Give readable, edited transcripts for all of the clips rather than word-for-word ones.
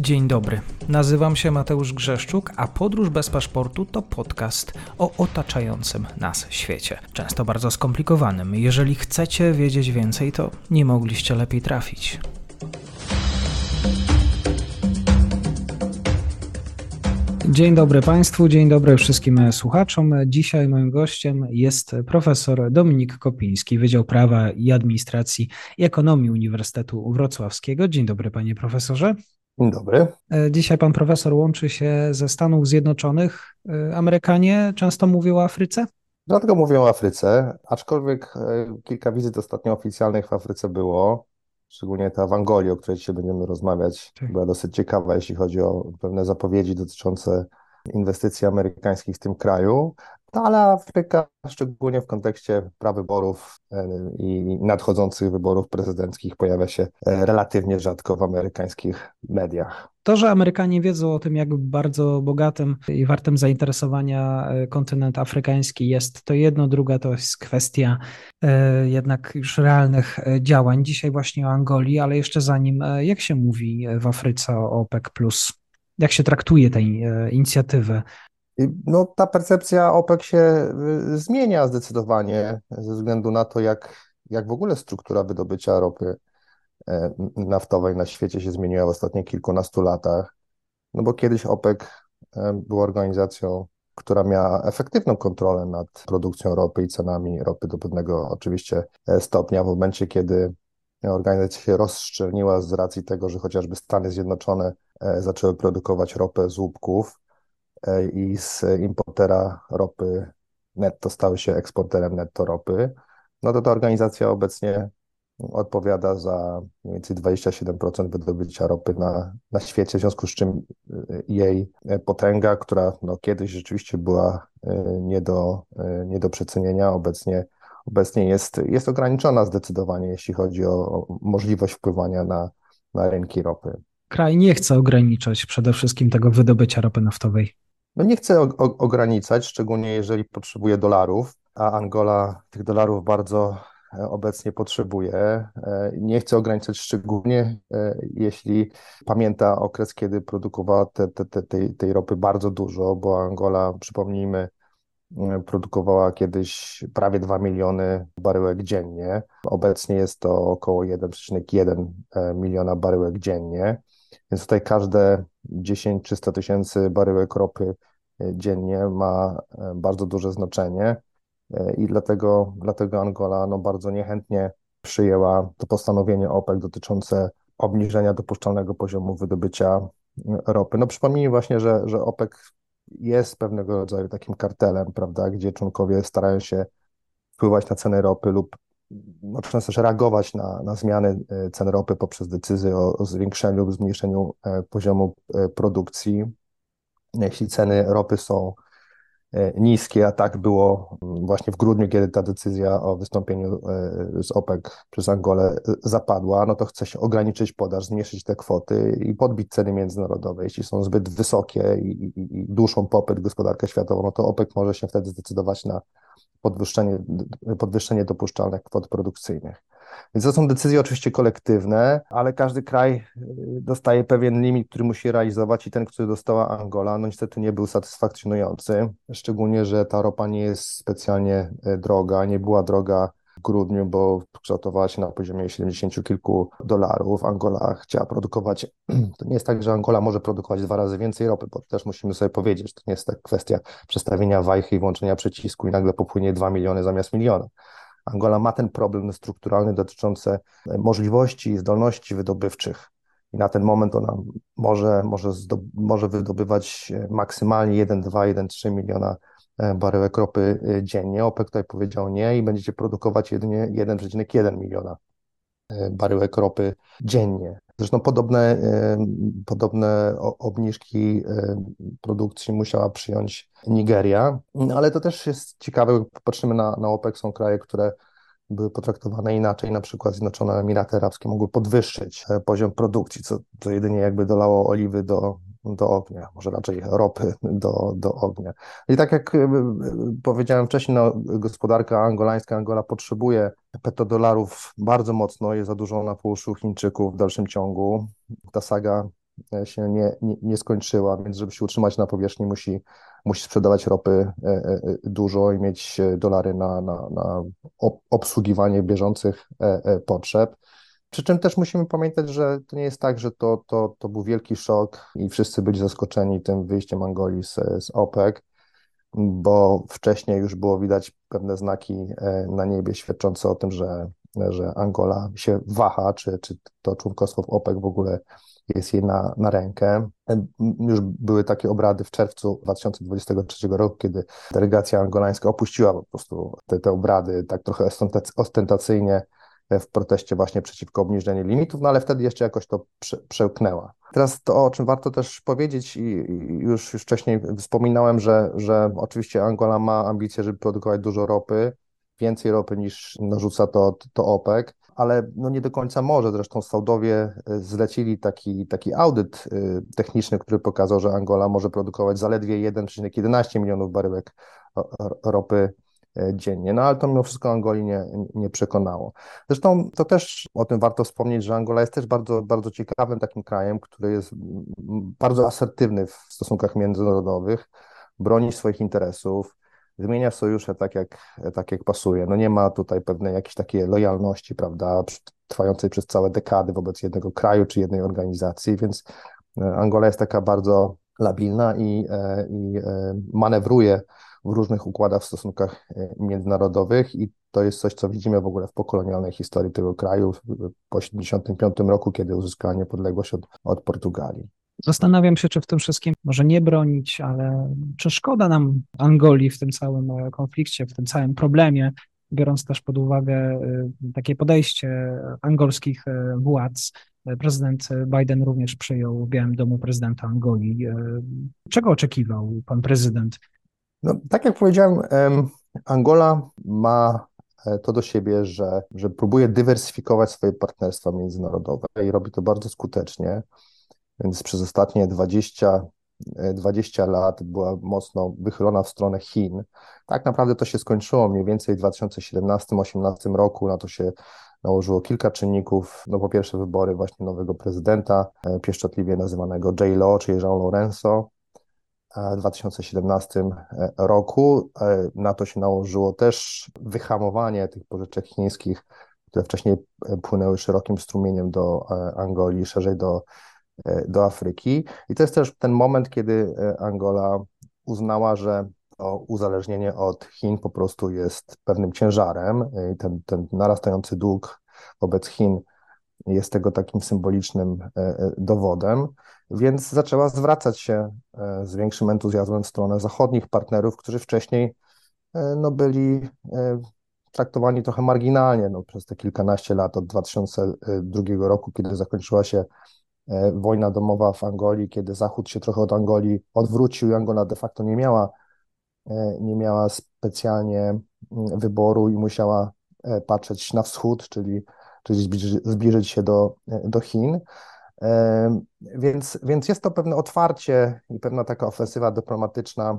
Dzień dobry, nazywam się Mateusz Grzeszczuk, a Podróż bez paszportu to podcast o otaczającym nas świecie. Często bardzo skomplikowanym. Jeżeli chcecie wiedzieć więcej, to nie mogliście lepiej trafić. Dzień dobry Państwu, dzień dobry wszystkim słuchaczom. Dzisiaj moim gościem jest profesor Dominik Kopiński, Wydział Prawa i Administracji i Ekonomii Uniwersytetu Wrocławskiego. Dzień dobry panie profesorze. Dzień dobry. Dzisiaj pan profesor łączy się ze Stanów Zjednoczonych. Amerykanie często mówią o Afryce? Dlatego mówię o Afryce, aczkolwiek kilka wizyt ostatnio oficjalnych w Afryce było, szczególnie ta w Angolii, o której dzisiaj będziemy rozmawiać, Tak. była dosyć ciekawa, jeśli chodzi o pewne zapowiedzi dotyczące inwestycji amerykańskich w tym kraju. No, ale Afryka, szczególnie w kontekście prawyborów i nadchodzących wyborów prezydenckich, pojawia się relatywnie rzadko w amerykańskich mediach. To, że Amerykanie wiedzą o tym, jak bardzo bogatym i wartym zainteresowania kontynent afrykański jest, to jedno, druga to jest kwestia jednak już realnych działań. Dzisiaj właśnie o Angolii, ale jeszcze zanim, jak się mówi w Afryce o OPEC+, jak się traktuje tę inicjatywę? No, ta percepcja OPEC się zmienia zdecydowanie ze względu na to, jak w ogóle struktura wydobycia ropy naftowej na świecie się zmieniła w ostatnich kilkunastu latach. No bo kiedyś OPEC była organizacją, która miała efektywną kontrolę nad produkcją ropy i cenami ropy do pewnego oczywiście stopnia. W momencie, kiedy organizacja się rozszczelniła z racji tego, że chociażby Stany Zjednoczone zaczęły produkować ropę z łupków, i z importera ropy netto stały się eksporterem netto ropy, no to ta organizacja obecnie odpowiada za mniej więcej 27% wydobycia ropy na świecie, w związku z czym jej potęga, która no, kiedyś rzeczywiście była nie do przecenienia, obecnie jest ograniczona zdecydowanie, jeśli chodzi o możliwość wpływania na rynki ropy. Kraj nie chce ograniczać przede wszystkim tego wydobycia ropy naftowej. No nie chcę ograniczać, szczególnie jeżeli potrzebuje dolarów, a Angola tych dolarów bardzo obecnie potrzebuje. Nie chcę ograniczać szczególnie, jeśli pamięta okres, kiedy produkowała tej ropy bardzo dużo, bo Angola, przypomnijmy, produkowała kiedyś prawie 2 miliony baryłek dziennie. Obecnie jest to około 1,1 miliona baryłek dziennie. Więc tutaj każde 10-300 tysięcy baryłek ropy dziennie ma bardzo duże znaczenie i dlatego Angola no, bardzo niechętnie przyjęła to postanowienie OPEC dotyczące obniżenia dopuszczalnego poziomu wydobycia ropy. No przypomnijmy właśnie, że OPEC jest pewnego rodzaju takim kartelem, prawda, gdzie członkowie starają się wpływać na ceny ropy lub no, często też reagować na zmiany cen ropy poprzez decyzje o zwiększeniu lub zmniejszeniu poziomu produkcji. Jeśli ceny ropy są niskie, a tak było właśnie w grudniu, kiedy ta decyzja o wystąpieniu z OPEC przez Angolę zapadła, no to chce się ograniczyć podaż, zmniejszyć te kwoty i podbić ceny międzynarodowe. Jeśli są zbyt wysokie i duszą popyt gospodarkę światową, no to OPEC może się wtedy zdecydować na podwyższenie dopuszczalnych kwot produkcyjnych. Więc to są decyzje oczywiście kolektywne, ale każdy kraj dostaje pewien limit, który musi realizować i ten, który dostała Angola, no niestety nie był satysfakcjonujący, szczególnie, że ta ropa nie jest specjalnie droga, nie była droga w grudniu, bo kształtowała się na poziomie 70 kilku dolarów. Angola chciała produkować, to nie jest tak, że Angola może produkować 2 razy więcej ropy, bo też musimy sobie powiedzieć, to nie jest tak kwestia przestawienia wajchy i włączenia przycisku i nagle popłynie 2 miliony zamiast miliona. Angola ma ten problem strukturalny dotyczący możliwości i zdolności wydobywczych i na ten moment ona może wydobywać maksymalnie 1,2, 1,3 miliona baryłek ropy dziennie. OPEC tutaj powiedział nie i będziecie produkować jedynie 1,1 miliona baryłek ropy dziennie. Zresztą podobne obniżki produkcji musiała przyjąć Nigeria, ale to też jest ciekawe, jak popatrzymy na OPEC, są kraje, które były potraktowane inaczej, na przykład Zjednoczone Emiraty Arabskie mogły podwyższyć poziom produkcji, co jedynie jakby dolało oliwy do ognia, może raczej ropy do ognia. I tak jak powiedziałem wcześniej, no, gospodarka angolańska, Angola potrzebuje petrodolarów bardzo mocno, jest zadłużona po uszu Chińczyków w dalszym ciągu. Ta saga się nie skończyła, więc żeby się utrzymać na powierzchni musi sprzedawać ropy dużo i mieć dolary na obsługiwanie bieżących potrzeb. Przy czym też musimy pamiętać, że to nie jest tak, że to był wielki szok i wszyscy byli zaskoczeni tym wyjściem Angolii z OPEC, bo wcześniej już było widać pewne znaki na niebie świadczące o tym, że Angola się waha, czy to członkostwo w OPEC w ogóle jest jej na rękę. Już były takie obrady w czerwcu 2023 roku, kiedy delegacja angolańska opuściła po prostu te obrady tak trochę ostentacyjnie w proteście właśnie przeciwko obniżeniu limitów, no ale wtedy jeszcze jakoś to przełknęła. Teraz to, o czym warto też powiedzieć i już wcześniej wspominałem, że oczywiście Angola ma ambicje, żeby produkować dużo ropy, więcej ropy niż narzuca to OPEC, ale no nie do końca może. Zresztą Saudowie zlecili taki audyt techniczny, który pokazał, że Angola może produkować zaledwie 1,11 milionów baryłek ropy dziennie. No ale to mimo wszystko Angolii nie przekonało. Zresztą to też o tym warto wspomnieć, że Angola jest też bardzo, bardzo ciekawym takim krajem, który jest bardzo asertywny w stosunkach międzynarodowych, broni swoich interesów, wymienia sojusze tak jak pasuje. No nie ma tutaj pewnej jakiejś takiej lojalności, prawda, trwającej przez całe dekady wobec jednego kraju czy jednej organizacji, więc Angola jest taka bardzo labilna i manewruje w różnych układach w stosunkach międzynarodowych i to jest coś, co widzimy w ogóle w pokolonialnej historii tego kraju po 1975 roku, kiedy uzyskała niepodległość od Portugalii. Zastanawiam się, czy w tym wszystkim może nie bronić, ale czy szkoda nam Angolii w tym całym konflikcie, w tym całym problemie, biorąc też pod uwagę takie podejście angolskich władz. Prezydent Biden również przyjął w Białym Domu prezydenta Angolii. Czego oczekiwał pan prezydent? No, tak jak powiedziałem, Angola ma to do siebie, że próbuje dywersyfikować swoje partnerstwa międzynarodowe i robi to bardzo skutecznie. Więc przez ostatnie 20 lat była mocno wychylona w stronę Chin. Tak naprawdę to się skończyło mniej więcej w 2017-2018 roku. Na to się nałożyło kilka czynników. No po pierwsze wybory właśnie nowego prezydenta, pieszczotliwie nazywanego J-Lo, czyli João Lourenço w 2017 roku. Na to się nałożyło też wyhamowanie tych pożyczek chińskich, które wcześniej płynęły szerokim strumieniem do Angolii, szerzej do Afryki. I to jest też ten moment, kiedy Angola uznała, że to uzależnienie od Chin po prostu jest pewnym ciężarem i ten narastający dług wobec Chin jest tego takim symbolicznym dowodem, więc zaczęła zwracać się z większym entuzjazmem w stronę zachodnich partnerów, którzy wcześniej no, byli traktowani trochę marginalnie przez te kilkanaście lat od 2002 roku, kiedy zakończyła się wojna domowa w Angolii, kiedy Zachód się trochę od Angolii odwrócił i Angola de facto nie miała specjalnie wyboru i musiała patrzeć na wschód, czyli zbliżyć się do Chin. Więc jest to pewne otwarcie i pewna taka ofensywa dyplomatyczna,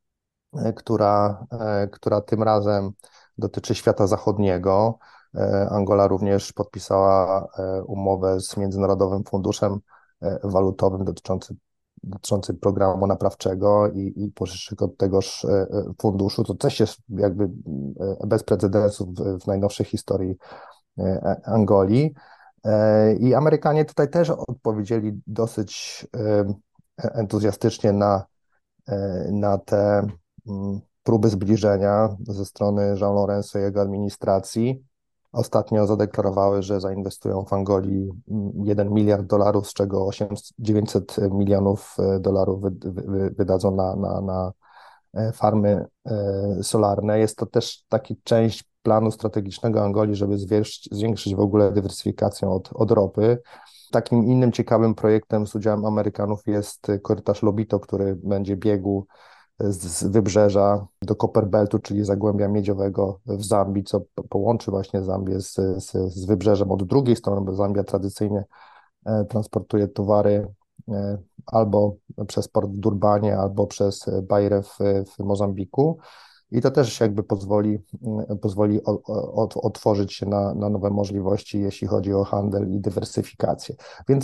która tym razem dotyczy świata zachodniego. Angola również podpisała umowę z Międzynarodowym Funduszem Walutowym dotyczący programu naprawczego i pożyczek od tegoż funduszu. To też jest jakby bez precedensu w najnowszej historii Angolii. I Amerykanie tutaj też odpowiedzieli dosyć entuzjastycznie na te próby zbliżenia ze strony João Lourenço i jego administracji. Ostatnio zadeklarowały, że zainwestują w Angolii $1 miliard, z czego 900 milionów dolarów wydadzą na farmy solarne. Jest to też taki część planu strategicznego Angolii, żeby zwiększyć w ogóle dywersyfikację od ropy. Takim innym ciekawym projektem z udziałem Amerykanów jest korytarz Lobito, który będzie biegł z wybrzeża do Copperbeltu, czyli Zagłębia Miedziowego w Zambii, co połączy właśnie Zambię z wybrzeżem od drugiej strony, bo Zambia tradycyjnie transportuje towary albo przez port w Durbanie, albo przez Beirę w Mozambiku. I to też jakby pozwoli otworzyć się na nowe możliwości, jeśli chodzi o handel i dywersyfikację. Więc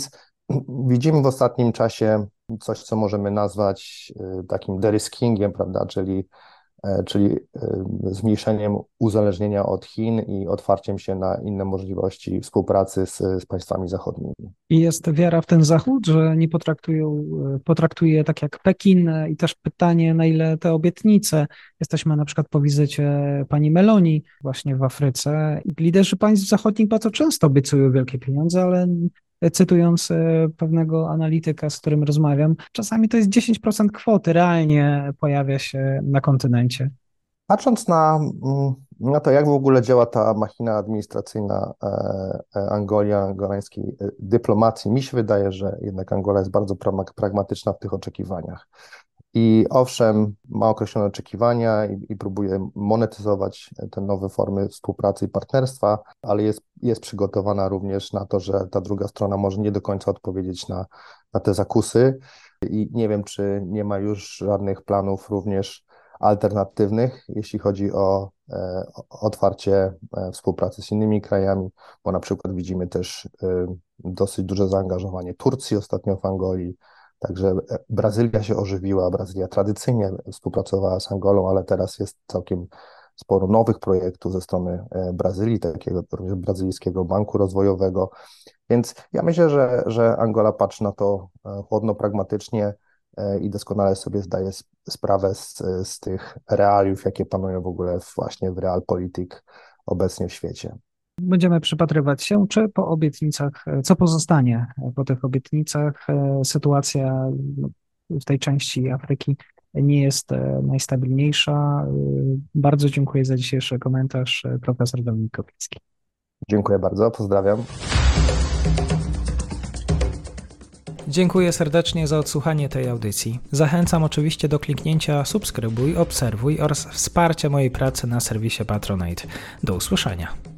Widzimy w ostatnim czasie coś, co możemy nazwać takim de-riskingiem, prawda, czyli zmniejszeniem uzależnienia od Chin i otwarciem się na inne możliwości współpracy z państwami zachodnimi. I jest wiara w ten Zachód, że nie potraktuje tak jak Pekin i też pytanie, na ile te obietnice, jesteśmy na przykład po wizycie pani Meloni właśnie w Afryce i liderzy państw zachodnich bardzo często obiecują wielkie pieniądze, ale cytując pewnego analityka, z którym rozmawiam, czasami to jest 10% kwoty realnie pojawia się na kontynencie. Patrząc na to, jak w ogóle działa ta machina administracyjna Angoli, angolańskiej dyplomacji, mi się wydaje, że jednak Angola jest bardzo pragmatyczna w tych oczekiwaniach. I owszem, ma określone oczekiwania i próbuje monetyzować te nowe formy współpracy i partnerstwa, ale jest przygotowana również na to, że ta druga strona może nie do końca odpowiedzieć na te zakusy. I nie wiem, czy nie ma już żadnych planów również alternatywnych, jeśli chodzi o otwarcie współpracy z innymi krajami, bo na przykład widzimy też dosyć duże zaangażowanie Turcji ostatnio w Angolii. Także Brazylia się ożywiła, Brazylia tradycyjnie współpracowała z Angolą, ale teraz jest całkiem sporo nowych projektów ze strony Brazylii, takiego również brazylijskiego banku rozwojowego. Więc ja myślę, że Angola patrzy na to chłodno, pragmatycznie i doskonale sobie zdaje sprawę z tych realiów, jakie panują w ogóle właśnie w realpolitik obecnie w świecie. Będziemy przypatrywać się, czy po obietnicach, co pozostanie po tych obietnicach. Sytuacja w tej części Afryki nie jest najstabilniejsza. Bardzo dziękuję za dzisiejszy komentarz, profesor Dominik Kopiński. Dziękuję bardzo, pozdrawiam. Dziękuję serdecznie za odsłuchanie tej audycji. Zachęcam oczywiście do kliknięcia subskrybuj, obserwuj oraz wsparcia mojej pracy na serwisie Patronite. Do usłyszenia.